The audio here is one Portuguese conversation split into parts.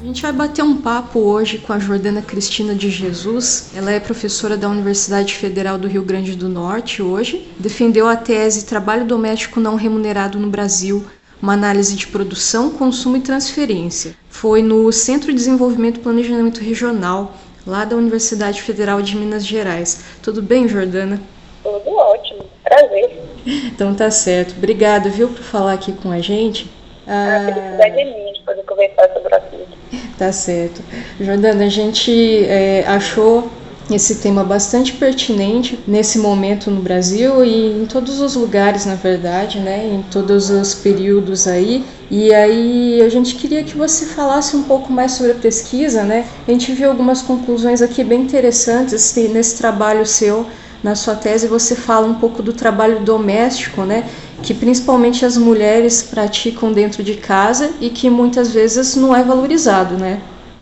A gente vai bater um papo hoje com a Jordana Cristina de Jesus. Ela é professora da Universidade Federal do Rio Grande do Norte hoje. Defendeu a tese Trabalho Doméstico Não Remunerado no Brasil, uma análise de produção, consumo e transferência. Foi no Centro de Desenvolvimento e Planejamento Regional, lá da Universidade Federal de Minas Gerais. Tudo bem, Jordana? Tudo ótimo, prazer. Então tá certo. Obrigada, viu, por falar aqui com a gente. A felicidade é minha de poder conversar sobre o assunto. Tá certo. Jordana, a gente achou esse tema bastante pertinente nesse momento no Brasil e em todos os lugares, na verdade, né? Em todos os períodos aí. E aí a gente queria que você falasse um pouco mais sobre a pesquisa, né? A gente viu algumas conclusões aqui bem interessantes nesse trabalho seu. Na sua tese você fala um pouco do trabalho doméstico, né, que principalmente as mulheres praticam dentro de casa e que muitas vezes não é valorizado, né?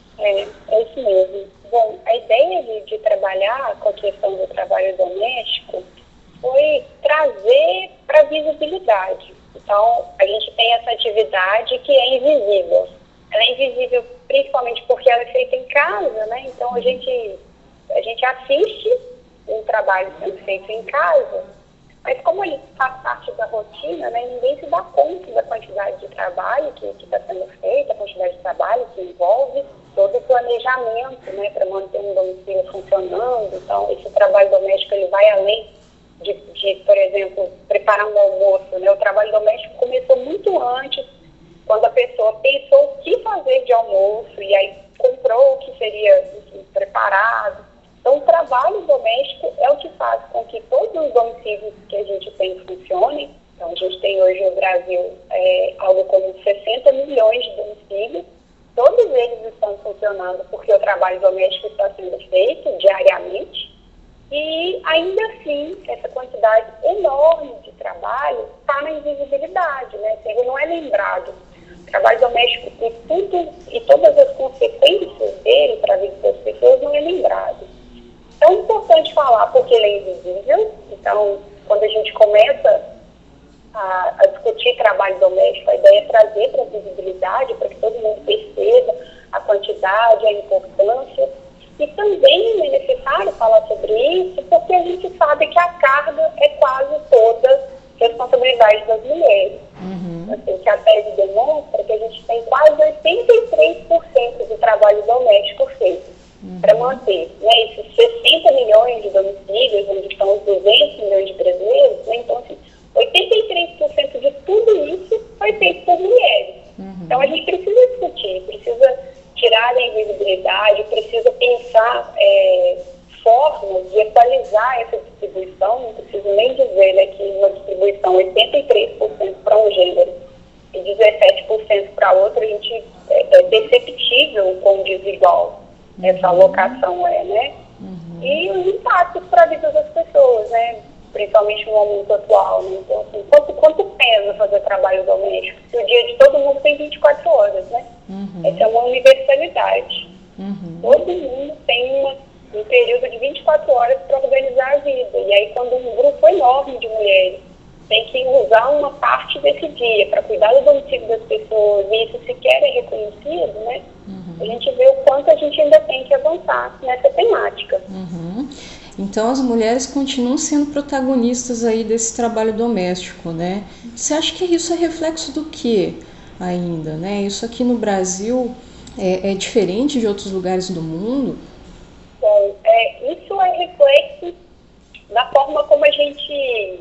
É isso mesmo. Bom, a ideia de trabalhar com a questão do trabalho doméstico foi trazer para a visibilidade. Então, a gente tem essa atividade que é invisível. Ela é invisível principalmente porque ela é feita em casa, né? Então, a gente assiste um trabalho sendo feito em casa, mas como ele faz parte da rotina, né, ninguém se dá conta da quantidade de trabalho que está sendo feito, a quantidade de trabalho que envolve todo o planejamento, né, para manter um domicílio funcionando. Então, esse trabalho doméstico ele vai além de, por exemplo, preparar um almoço, né? O trabalho doméstico começou muito antes, quando a pessoa pensou o que fazer de almoço e aí comprou o que seria preparado. Então, o trabalho doméstico é o que faz com que todos os domicílios que a gente tem funcionem. Então, a gente tem hoje no Brasil algo como 60 milhões de domicílios. Todos eles estão funcionando porque o trabalho doméstico está sendo feito diariamente. E, ainda assim, essa quantidade enorme de trabalho está na invisibilidade, né? Ele não é lembrado. O trabalho doméstico e todas as consequências dele para a vida das pessoas não é lembrado. É importante falar porque ele é invisível. Então, quando a gente começa a discutir trabalho doméstico, a ideia é trazer para a visibilidade, para que todo mundo perceba a quantidade, a importância. E também é necessário falar sobre isso porque a gente sabe que a carga é quase toda responsabilidade das mulheres. Assim, que a tese demonstra que a gente tem quase 83% do trabalho doméstico feito. Para manter, né, esses 60 milhões de domicílios, onde estão os 200 milhões de brasileiros, né, então, assim, 83% de tudo isso foi feito por mulheres. Então, a gente precisa discutir, precisa tirar da invisibilidade, precisa pensar formas de equalizar essa distribuição. Não preciso nem dizer, né, que uma distribuição 83% para um gênero e 17% para outro, a gente é perceptível o quão desigual essa alocação né? E os impactos para a vida das pessoas, né? Principalmente no momento atual, né? Então, assim, quanto pesa fazer trabalho doméstico? Se o dia de todo mundo tem 24 horas, né? Essa é uma universalidade. Todo mundo tem um período de 24 horas para organizar a vida. E aí, quando um grupo enorme de mulheres tem que usar uma parte desse dia para cuidar do domicílio das pessoas, e isso sequer é reconhecido, né? A gente vê o quanto a gente ainda tem que avançar nessa temática. Então as mulheres continuam sendo protagonistas aí desse trabalho doméstico, né? Você acha que isso é reflexo do quê ainda, né? Isso aqui no Brasil é diferente de outros lugares do mundo? Bom, isso é reflexo da forma como a gente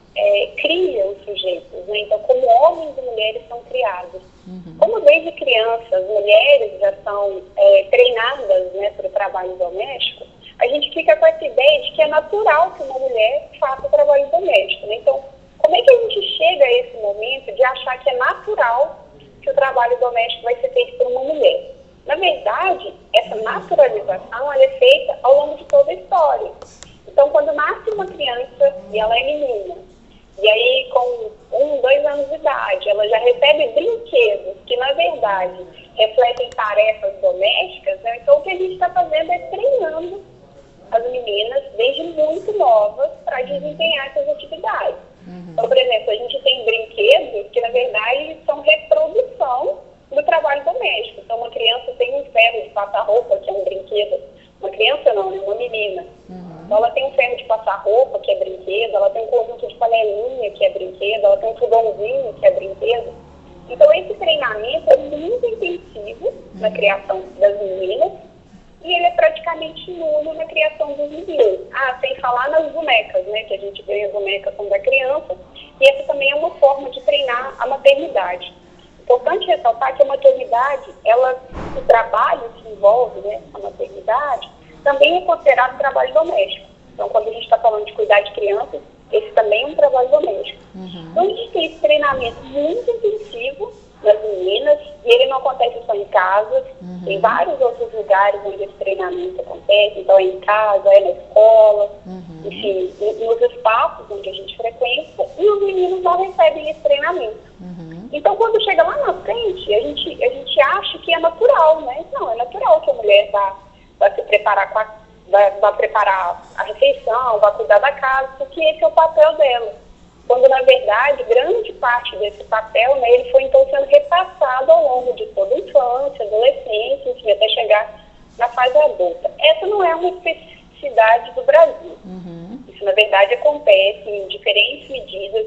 cria os sujeitos, né? Então, como homens e mulheres são criados. Como desde criança as mulheres já são treinadas, né, para o trabalho doméstico, a gente fica com essa ideia de que é natural que uma mulher faça o trabalho doméstico, né? Então, como é que a gente chega a esse momento de achar que é natural que o trabalho doméstico vai ser feito por uma mulher? Na verdade, essa naturalização ela é feita ao longo de toda a história. Então, quando nasce uma criança e ela é menina, e aí com 1, 2 anos de idade, ela já recebe brinquedos que, na verdade, refletem tarefas domésticas, né? Então o que a gente está fazendo é treinando as meninas desde muito novas para desempenhar essas atividades. Então, por exemplo, a gente tem brinquedos que, na verdade, são reprodução do trabalho doméstico. Então, uma criança tem ferro de passar roupa, que é um brinquedo. Uma criança não, né? Uma menina. Então ela tem um ferro de passar roupa, que é brinquedo, ela tem um conjunto de panelinha, que é brinquedo, ela tem um fogãozinho, que é brinquedo. Então esse treinamento é muito intensivo na criação das meninas e ele é praticamente nulo na criação dos meninos. Sem falar nas bonecas, né? Que a gente ganha bonecas quando é criança, e essa também é uma forma de treinar a maternidade. Importante ressaltar que a maternidade, o trabalho que envolve, né, a maternidade, também é considerado trabalho doméstico. Então, quando a gente está falando de cuidar de crianças, esse também é um trabalho doméstico. Então, a gente tem esse treinamento muito intensivo das meninas, e ele não acontece só em casa, tem vários outros lugares onde esse treinamento acontece, então é em casa, é na escola, enfim, nos espaços onde a gente frequenta, e os meninos não recebem esse treinamento. Então, quando chega lá na frente, a gente acha que é natural, né? Não, é natural que a mulher vai se preparar vai preparar a refeição, vai cuidar da casa, porque esse é o papel dela. Quando, na verdade, grande parte desse papel, né, ele foi, então, sendo repassado ao longo de toda a infância, adolescência, enfim, até chegar na fase adulta. Essa não é uma especificidade do Brasil. Isso, na verdade, acontece em diferentes medidas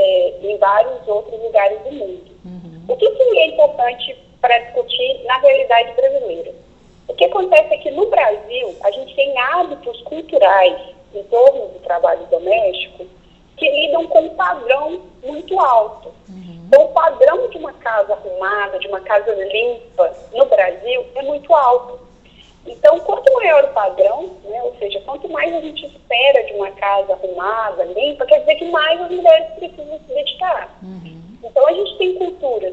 em vários outros lugares do mundo. O que é importante para discutir na realidade brasileira? O que acontece é que no Brasil a gente tem hábitos culturais em torno do trabalho doméstico que lidam com um padrão muito alto. Então, o padrão de uma casa arrumada, de uma casa limpa no Brasil é muito alto. Então, quanto maior o padrão, né, ou seja, quanto mais a gente espera de uma casa arrumada, limpa, quer dizer que mais as mulheres precisam se dedicar. Então, a gente tem culturas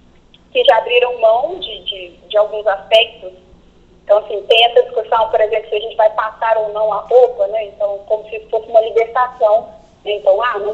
que já abriram mão de alguns aspectos. Então, assim, tem essa discussão, por exemplo, se a gente vai passar ou não a roupa, né? Então, como se fosse uma libertação. Então,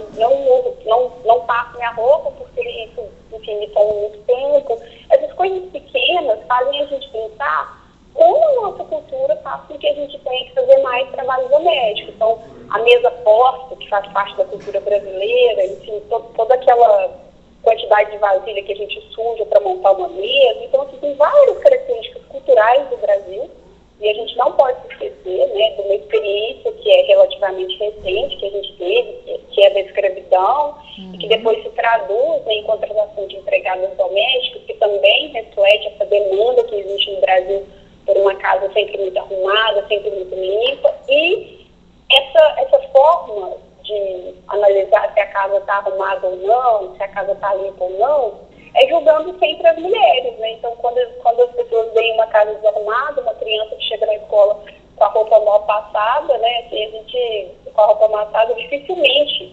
não passo minha roupa porque isso, enfim, me toma muito tempo. Essas coisas pequenas fazem a gente pensar como a nossa cultura faz com que a gente tenha que fazer mais trabalho doméstico. Então, a mesa posta, que faz parte da cultura brasileira, enfim, toda aquela quantidade de vasilha que a gente suja para montar uma mesa. Então, assim, tem várias características culturais do Brasil, e a gente não pode se esquecer, né, de uma experiência que é relativamente recente, que a gente teve, que é da escravidão, e que depois se traduz, né, em contratação de empregadas domésticas, que também reflete essa demanda que existe no Brasil por uma casa sempre muito arrumada, sempre muito limpa, e essa forma de analisar se a casa está arrumada ou não, se a casa está limpa ou não, é julgando sempre as mulheres, né? Então, quando as pessoas veem uma casa desarrumada, uma criança que chega na escola com a roupa mal passada, né? Assim, a gente, com a roupa amassada, dificilmente,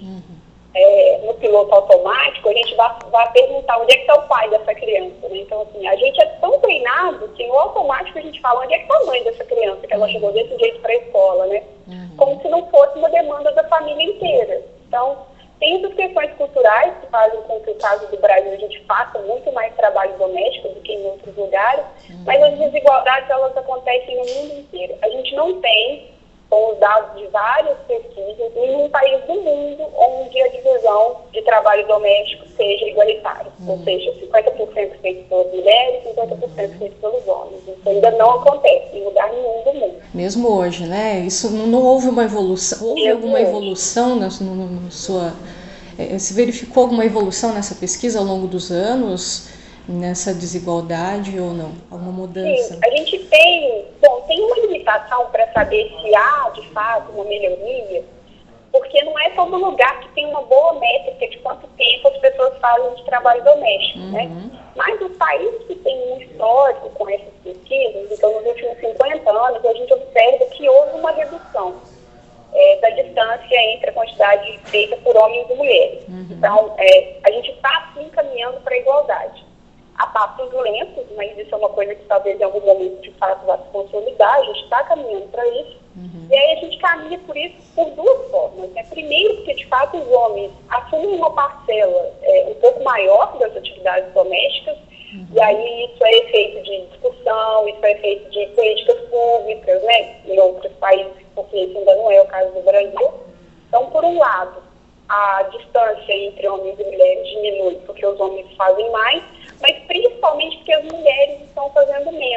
no piloto automático, a gente vai perguntar onde é que está o pai dessa criança, né? Então, assim, a gente é tão treinado que no automático a gente fala onde é que está a mãe dessa criança, que ela chegou desse jeito para a escola, né? Como se não fosse uma demanda da família inteira. Então, tem essas questões culturais que fazem com que, no caso do Brasil, a gente faça muito mais trabalho doméstico do que em outros lugares, mas as desigualdades, elas acontecem no mundo inteiro. A gente não tem, com os dados de várias pesquisas, nenhum país do mundo onde a divisão de trabalho doméstico seja igualitária. Ou seja, 50% feito pelas mulheres, 50% feito pelos homens. Isso ainda não acontece em lugar nenhum do mundo. Mesmo hoje, né? Isso não houve uma evolução. Houve alguma evolução na sua... Se verificou alguma evolução nessa pesquisa ao longo dos anos, nessa desigualdade ou não? Alguma mudança? Sim, a gente tem uma limitação para saber se há, de fato, uma melhoria, porque não é todo lugar que tem uma boa métrica de quanto tempo as pessoas fazem de trabalho doméstico, né? Mas os países que têm um histórico com essas pesquisas, então nos últimos 50 anos, a gente observa que houve uma redução da distância entre a quantidade feita por homens e mulheres. Então, a gente está, sim, caminhando para a igualdade. A passos lentos, mas isso é uma coisa que talvez em algum momento, de fato, vai se consolidar. A gente está caminhando para isso. E aí a gente caminha por isso por duas formas, né? Primeiro, porque, de fato, os homens assumem uma parcela um pouco maior das atividades domésticas, e aí isso é efeito de discussão, isso é efeito de políticas públicas, né? Em outros países, porque isso ainda não é o caso do Brasil. Então, por um lado, a distância entre homens e mulheres diminui porque os homens fazem mais, mas principalmente porque as mulheres estão fazendo menos.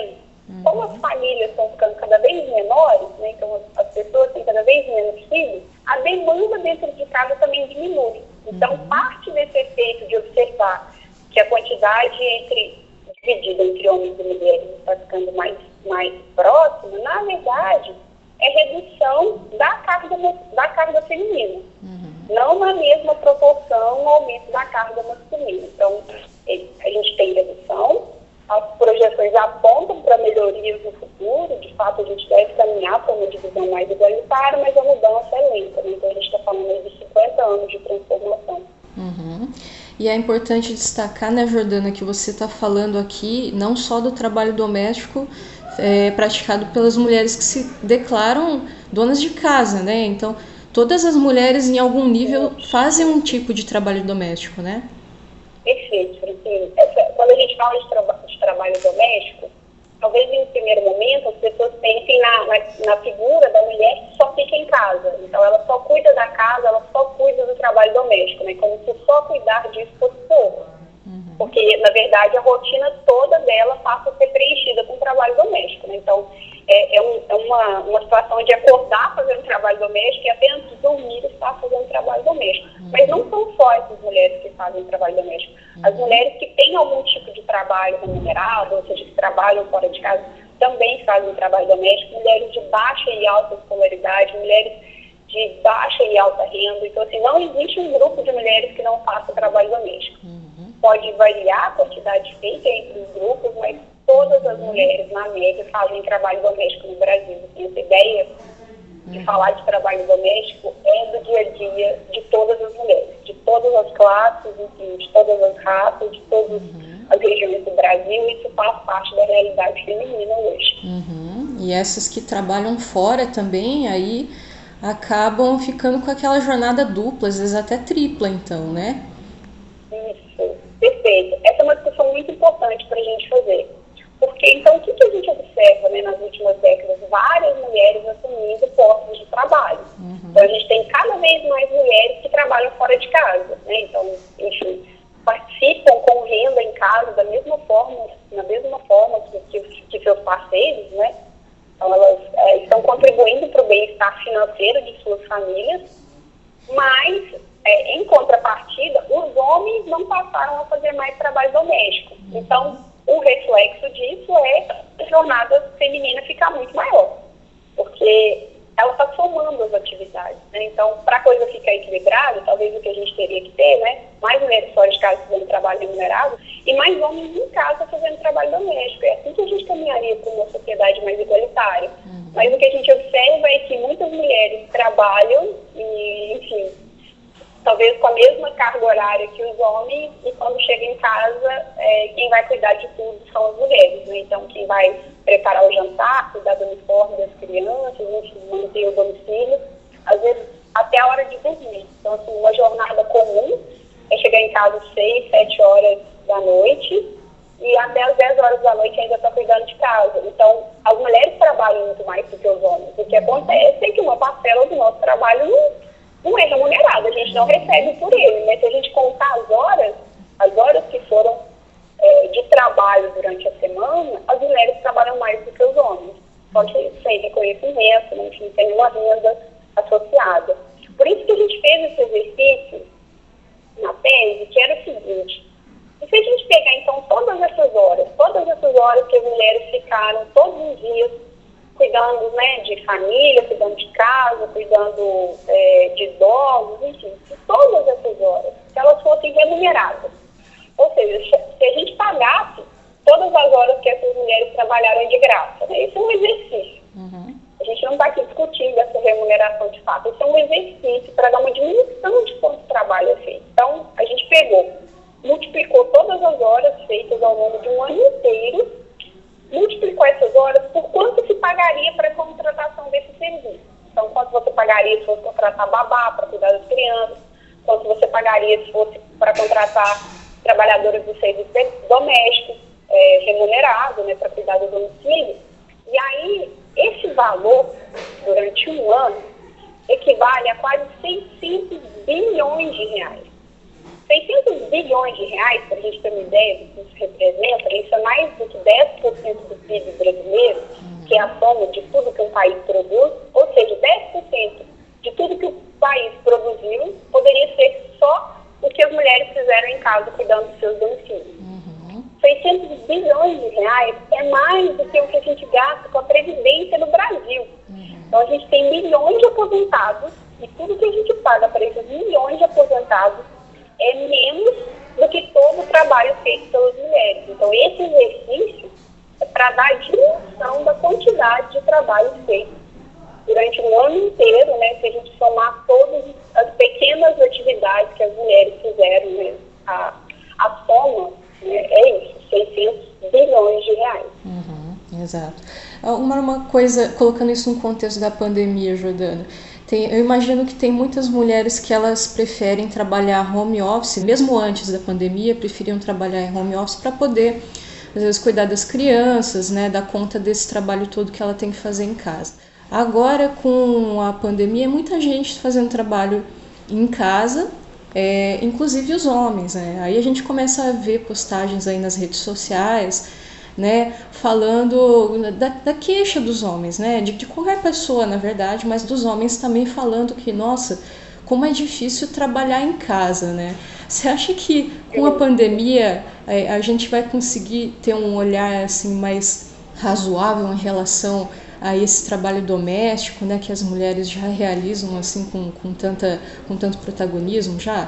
Como as famílias estão ficando cada vez menores, né, então as pessoas têm cada vez menos filhos, a demanda dentro de casa também diminui. Então, parte desse efeito de observar que a quantidade dividida entre homens e mulheres está ficando mais próxima, na verdade, é redução da carga feminina. Não na mesma proporção o aumento da carga masculina. Então, a gente tem redução, as projeções apontam para melhorias no futuro, de fato a gente deve caminhar para uma divisão mais igualitária, mas a mudança é lenta, né? Então a gente está falando aí de 50 anos de transformação. E é importante destacar, né, Jordana, que você está falando aqui não só do trabalho doméstico praticado pelas mulheres que se declaram donas de casa, né? Então, todas as mulheres, em algum nível, fazem um tipo de trabalho doméstico, né? Perfeito, Francine. Quando a gente fala de trabalho doméstico, talvez em primeiro momento as pessoas pensem na figura da mulher que só fica em casa. Então, ela só cuida da casa, ela só cuida do trabalho doméstico, né? Como se só cuidar disso fosse pouco. Porque, na verdade, a rotina toda dela passa a ser preenchida com trabalho doméstico, né? Então, é uma situação de acordar fazendo trabalho doméstico e apenas dormir estar fazendo trabalho doméstico. Mas não são só essas mulheres que fazem trabalho doméstico. As mulheres que têm algum tipo de trabalho remunerado, ou seja, que trabalham fora de casa, também fazem trabalho doméstico. Mulheres de baixa e alta escolaridade, mulheres de baixa e alta renda. Então, assim, não existe um grupo de mulheres que não faça trabalho doméstico. Pode variar a quantidade feita entre os grupos, mas todas as mulheres, na média, fazem trabalho doméstico no Brasil. Essa ideia de falar de trabalho doméstico é do dia a dia de todas as mulheres, de todas as classes, enfim, de todas as raças, de todas as regiões do Brasil. Isso faz parte da realidade feminina hoje. E essas que trabalham fora também, aí acabam ficando com aquela jornada dupla, às vezes até tripla, então, né? Isso, perfeito. Essa é uma discussão muito importante para a gente fazer. Porque, então, o que a gente observa, né, nas últimas décadas? Várias mulheres assumindo postos de trabalho. Então, a gente tem cada vez mais mulheres que trabalham fora de casa, né? Então, enfim, participam com renda em casa da mesma forma que seus parceiros, né? Então, elas estão contribuindo para o bem-estar financeiro de suas famílias, mas, em contrapartida, os homens não passaram a fazer mais trabalho doméstico. Então, o reflexo disso é a jornada feminina ficar muito maior, porque ela está somando as atividades, né? Então, para a coisa ficar equilibrada, talvez o que a gente teria que ter, né? Mais mulheres fora de casa fazendo trabalho remunerado e mais homens em casa fazendo trabalho doméstico. É assim que a gente caminharia para uma sociedade mais igualitária. Mas o que a gente observa é que muitas mulheres trabalham e, enfim, talvez com a mesma carga horária que os homens, e quando chega em casa, quem vai cuidar de tudo são as mulheres, né? Então, quem vai preparar o jantar, cuidar do uniforme das crianças, enfim, manter o domicílio, às vezes até a hora de dormir. Então, assim, uma jornada comum é chegar em casa às 6, 7 horas da noite, e até às 10 horas da noite ainda está cuidando de casa. Então, as mulheres trabalham muito mais do que os homens. O que acontece é que uma parcela do nosso trabalho não é remunerado, a gente não recebe por ele, mas se a gente contar as horas que foram de trabalho durante a semana, as mulheres trabalham mais do que os homens, só que sem reconhecimento, né, enfim, sem uma renda associada. Por isso que a gente fez esse exercício na tese, que era o seguinte: e se a gente pegar então todas essas horas que as mulheres ficaram todos os dias cuidando, né, de família, cuidando de casa, cuidando de idosos, enfim, se todas essas horas, se elas fossem remuneradas, ou seja, se a gente pagasse todas as horas que essas mulheres trabalharam de graça, né, isso é um exercício. A gente não está aqui discutindo essa remuneração de fato, isso é um exercício para dar uma diminuição de quanto trabalho é feito. Então, a gente multiplicou todas as horas feitas ao longo de um ano inteiro, multiplicou essas horas por quanto se pagaria para a contratação desse serviço. Então, quanto você pagaria se fosse contratar babá para cuidar das crianças, quanto você pagaria se fosse para contratar trabalhadoras do serviço doméstico, remunerado, né, para cuidar do domicílio. E aí, esse valor, durante um ano, equivale a quase 600 bilhões de reais. 600 bilhões de reais, para a gente ter uma ideia do que isso representa, isso é mais do que 10% 10% do PIB brasileiro, que é a soma de tudo que um país produz, ou seja, 10% de tudo que o país produziu poderia ser só o que as mulheres fizeram em casa cuidando dos seus domicílios. 600 bilhões de reais é mais do que o que a gente gasta com a Previdência no Brasil. Então a gente tem milhões de aposentados e tudo que a gente paga para esses milhões de aposentados é menos do que todo o trabalho feito pelas mulheres. Então esse exercício é para dar a dimensão da quantidade de trabalho feito durante um ano inteiro, né, se a gente somar todas as pequenas atividades que as mulheres fizeram, né, a soma, né, é isso, 600 bilhões de reais. Exato. Uma coisa, colocando isso no contexto da pandemia, Jordana, eu imagino que tem muitas mulheres que elas preferem trabalhar home office, mesmo antes da pandemia, preferiam trabalhar em home office para poder, às vezes, cuidar das crianças, né, dar conta desse trabalho todo que ela tem que fazer em casa. Agora, com a pandemia, muita gente fazendo trabalho em casa, inclusive os homens, né? Aí a gente começa a ver postagens aí nas redes sociais, né, falando da queixa dos homens, né, de qualquer pessoa, na verdade, mas dos homens também falando que, nossa, como é difícil trabalhar em casa, né? Você acha que com a pandemia a gente vai conseguir ter um olhar assim mais razoável em relação a esse trabalho doméstico, né, que as mulheres já realizam assim com tanto protagonismo já?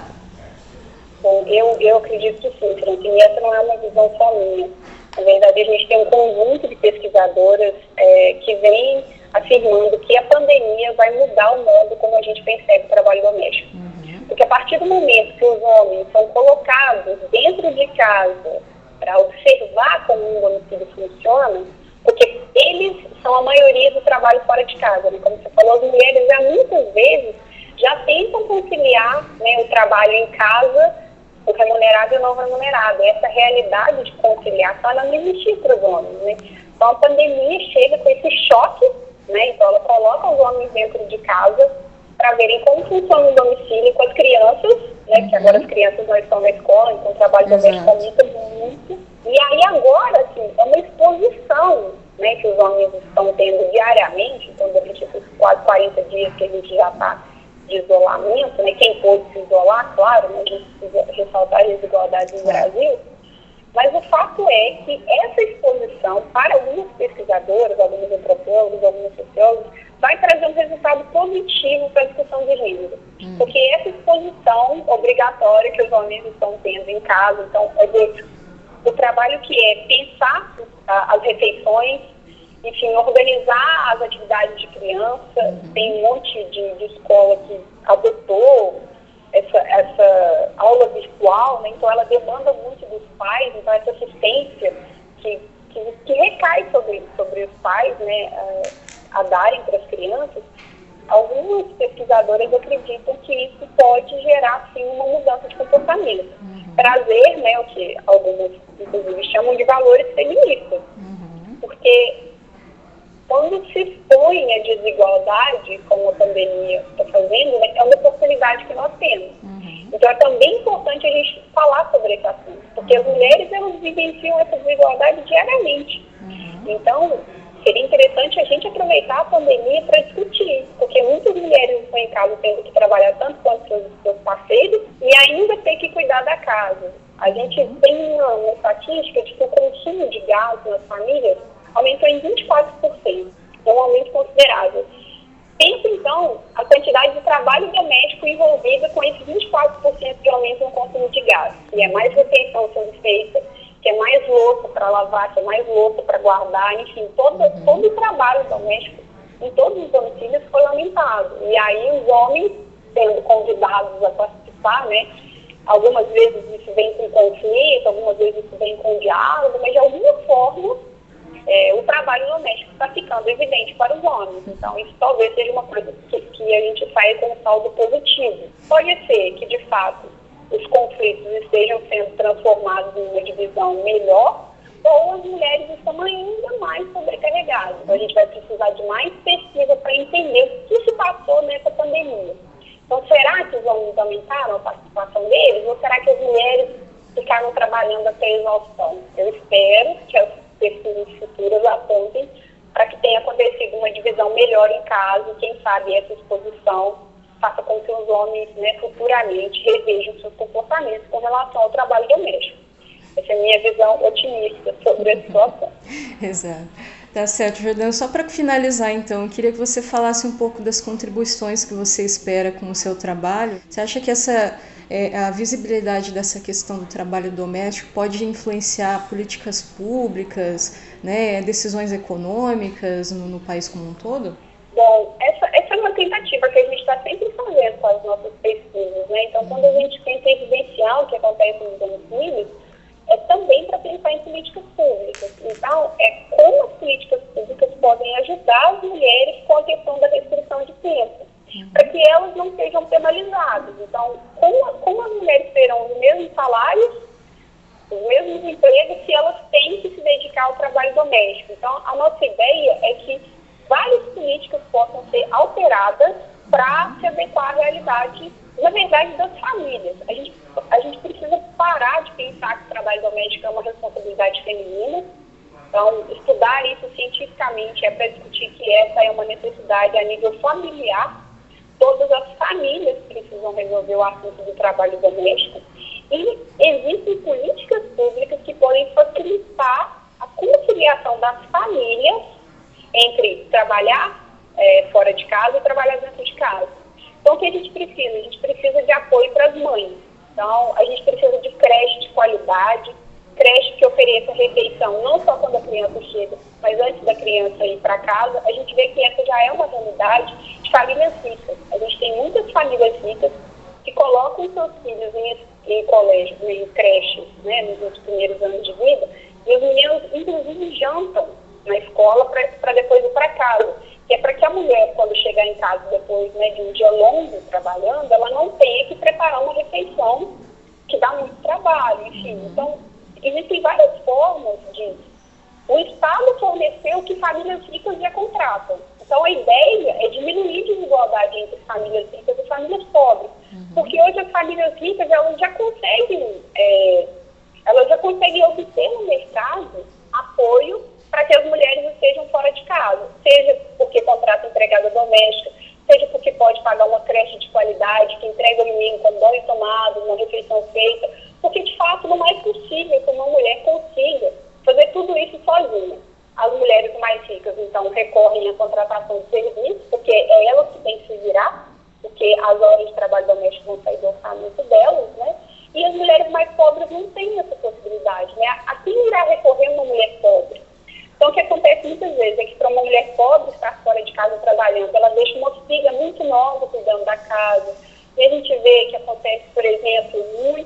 Bom, eu acredito que sim, Francine, e essa não é uma visão só minha. Na verdade, a gente tem um conjunto de pesquisadoras que vem afirmando que a pandemia vai mudar o modo como a gente percebe o trabalho doméstico. Porque a partir do momento que os homens são colocados dentro de casa para observar como um domicílio funciona, porque eles são a maioria do trabalho fora de casa, né? Como você falou, as mulheres já muitas vezes já tentam conciliar, né, o trabalho em casa, o remunerado e o não remunerado. Essa realidade de conciliação ela não existia para os homens, né? Então a pandemia chega com esse choque, né? Então ela coloca os homens dentro de casa para verem como funciona o domicílio com as crianças, né? Que agora as crianças não estão na escola, então o trabalho doméstico aumenta muito. E aí agora, assim, é uma exposição, né, que os homens estão tendo diariamente, então durante esses quase 40 dias que a gente já está de isolamento, né, quem pôde se isolar, claro, né, a gente precisa ressaltar as desigualdades no Brasil, mas o fato é que essa exposição, para algumas pesquisadoras, alguns antropólogos, alguns sociólogos, vai trazer um resultado positivo para a discussão de gênero. Porque essa exposição obrigatória que os homens estão tendo em casa, então, o trabalho que é pensar as refeições, enfim, organizar as atividades de criança. Tem um monte de escola que adotou essa aula virtual, né? Então ela demanda muito dos pais, então essa assistência que recai sobre os pais, né, a darem para as crianças. Algumas pesquisadoras acreditam que isso pode gerar, sim, uma mudança de comportamento. Trazer, né, o que algumas, inclusive, chamam de valores feministas. Porque quando se expõe a desigualdade, como a pandemia está fazendo, né, é uma oportunidade que nós temos. Então é também importante a gente falar sobre esse assunto, porque as mulheres elas vivenciam essa desigualdade diariamente. Então, seria interessante a gente aproveitar a pandemia para discutir, porque muitas mulheres estão em casa tendo que trabalhar tanto quanto seus parceiros e ainda ter que cuidar da casa. A gente tem uma estatística de que o consumo de gás nas famílias aumentou em 24%, é um aumento considerável. Pensa, então, a quantidade de trabalho doméstico envolvida com esse 24% de aumento no consumo de gás. E é mais refeição sendo feita, que é mais louça para lavar, que é mais louça para guardar, enfim, todo o trabalho doméstico em todos os domicílios foi aumentado. E aí os homens sendo convidados a participar, né? Algumas vezes isso vem com conflito, algumas vezes isso vem com diálogo, mas de alguma forma o trabalho doméstico está ficando evidente para os homens. Então, isso talvez seja uma coisa que a gente saia com um saldo positivo. Pode ser que, de fato, os conflitos estejam sendo transformados em uma divisão melhor, ou as mulheres estão ainda mais sobrecarregadas. Então, a gente vai precisar de mais pesquisa para entender o que se passou nessa pandemia. Então, será que os homens aumentaram a participação deles, ou será que as mulheres ficaram trabalhando até a exaustão? Eu espero que as pesquisas literaturas apontem para que tenha acontecido uma divisão melhor em casa, e quem sabe essa exposição faça com que os homens, né, futuramente revejam seus comportamentos com relação ao trabalho doméstico. Essa é a minha visão otimista sobre a situação. Exato. Tá certo, Jordana. Só para finalizar, então, eu queria que você falasse um pouco das contribuições que você espera com o seu trabalho. Você acha que a visibilidade dessa questão do trabalho doméstico pode influenciar políticas públicas, né, decisões econômicas no país como um todo? Bom, essa é uma tentativa que a gente está sempre fazendo com as nossas pesquisas, né? Então, quando a gente tenta evidenciar o que acontece nos domicílios, é também para pensar em políticas públicas. Então, como as políticas públicas podem ajudar as mulheres com a questão da restrição de tempo, para que elas não sejam penalizadas. Então, como as mulheres terão os mesmos salários, os mesmos empregos, se elas têm que se dedicar ao trabalho doméstico. Então, a nossa ideia é que várias políticas possam ser alteradas para se adequar à realidade, na verdade, das famílias. A gente precisa parar de pensar que o trabalho doméstico é uma responsabilidade feminina. Então, estudar isso cientificamente é para discutir que essa é uma necessidade a nível familiar. Todas as famílias precisam resolver o assunto do trabalho doméstico. E existem políticas públicas que podem facilitar a conciliação das famílias entre trabalhar fora de casa e trabalhar dentro de casa. Então, o que a gente precisa? A gente precisa de apoio para as mães. Então, a gente precisa de creche de qualidade, creche que ofereça refeição, não só quando a criança chega, mas antes da criança ir para casa. A gente vê que essa já é uma realidade de famílias ricas. A gente tem muitas famílias ricas que colocam seus filhos em colégio, em creches, né, nos primeiros anos de vida, e os meninos, inclusive, jantam na escola para depois ir para casa. Que é para que a mulher, quando chegar em casa depois, né, de um dia longo trabalhando, ela não tenha que preparar uma refeição que dá muito trabalho, enfim. Então, existem várias formas de o Estado fornecer o que famílias ricas já contratam. Então, a ideia é diminuir a desigualdade entre famílias ricas e famílias pobres. Porque hoje as famílias ricas, elas já conseguem obter no mercado apoio para que as mulheres estejam fora de casa, seja porque contrata empregada doméstica, seja porque pode pagar uma creche de qualidade, que entrega o menino com banho tomado, uma refeição feita, porque de fato não é possível que uma mulher consiga fazer tudo isso sozinha. As mulheres mais ricas, então, recorrem à contratação de serviços, porque é elas que têm que se virar, porque as horas de trabalho doméstico vão sair do orçamento delas, né? E as mulheres mais pobres não têm essa possibilidade, né? A quem irá recorrer uma mulher pobre? Então, o que acontece muitas vezes é que para uma mulher pobre estar fora de casa trabalhando, ela deixa uma filha muito nova cuidando da casa. E a gente vê que acontece, por exemplo,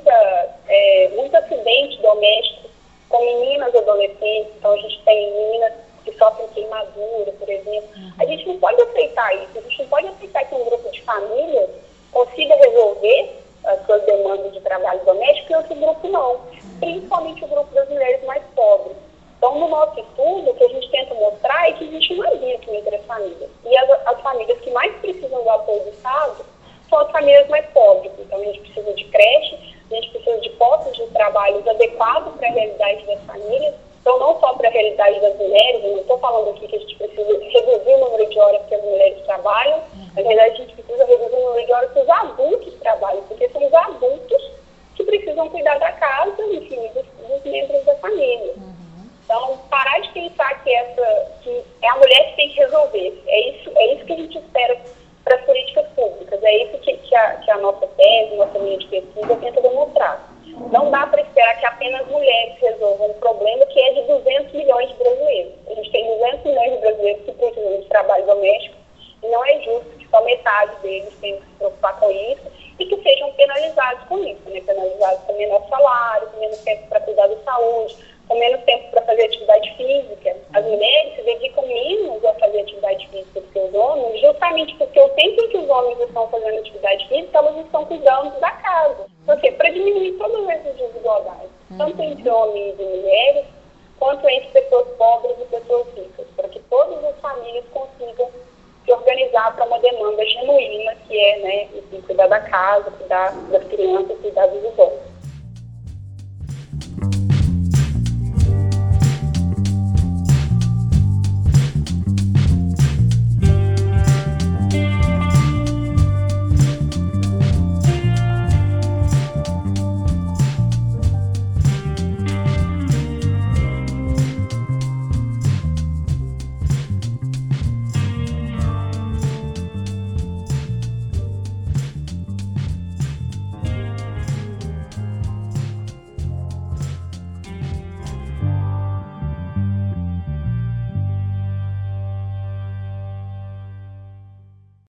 muito acidente doméstico com meninas adolescentes. Então, a gente tem meninas que sofrem queimadura, por exemplo. A gente não pode aceitar isso. A gente não pode aceitar que um grupo de famílias consiga resolver as suas demandas de trabalho doméstico e outro grupo não. Principalmente o grupo das mulheres mais pobres. Então, no nosso estudo, o que a gente tenta mostrar é que existe um abismo entre as famílias. E as famílias que mais precisam do apoio do Estado são as famílias mais pobres. Então, a gente precisa de creche, a gente precisa de postos de trabalho adequados para a realidade das famílias. Então, não só para a realidade das mulheres, eu não estou falando aqui que a gente precisa reduzir o número de horas que as mulheres trabalham. Na verdade, a gente precisa reduzir o número de horas que os adultos trabalham, porque são os adultos que precisam cuidar da casa, enfim, dos membros da família. Então, parar de pensar que é a mulher que tem que resolver. É isso que a gente espera para as políticas públicas. É isso que a nossa tese, nossa linha de pesquisa tenta demonstrar. Não dá para esperar que apenas mulheres resolvam um problema que é de 200 milhões de brasileiros. A gente tem 200 milhões de brasileiros que precisam de trabalho doméstico e não é justo que só metade deles tenham que se preocupar com isso e que sejam penalizados com isso, né? Penalizados com menor salário, com menos tempo para cuidar da saúde, com menos tempo para fazer atividade física. As mulheres se dedicam menos a fazer atividade física do que os homens, justamente porque o tempo em que os homens estão fazendo atividade física, elas estão cuidando da casa. Por quê? Para diminuir todas essas desigualdades, tanto entre homens e mulheres, quanto entre pessoas pobres e pessoas ricas, para que todas as famílias consigam se organizar para uma demanda genuína, que é, né, enfim, cuidar da casa, cuidar das crianças, cuidar dos idosos.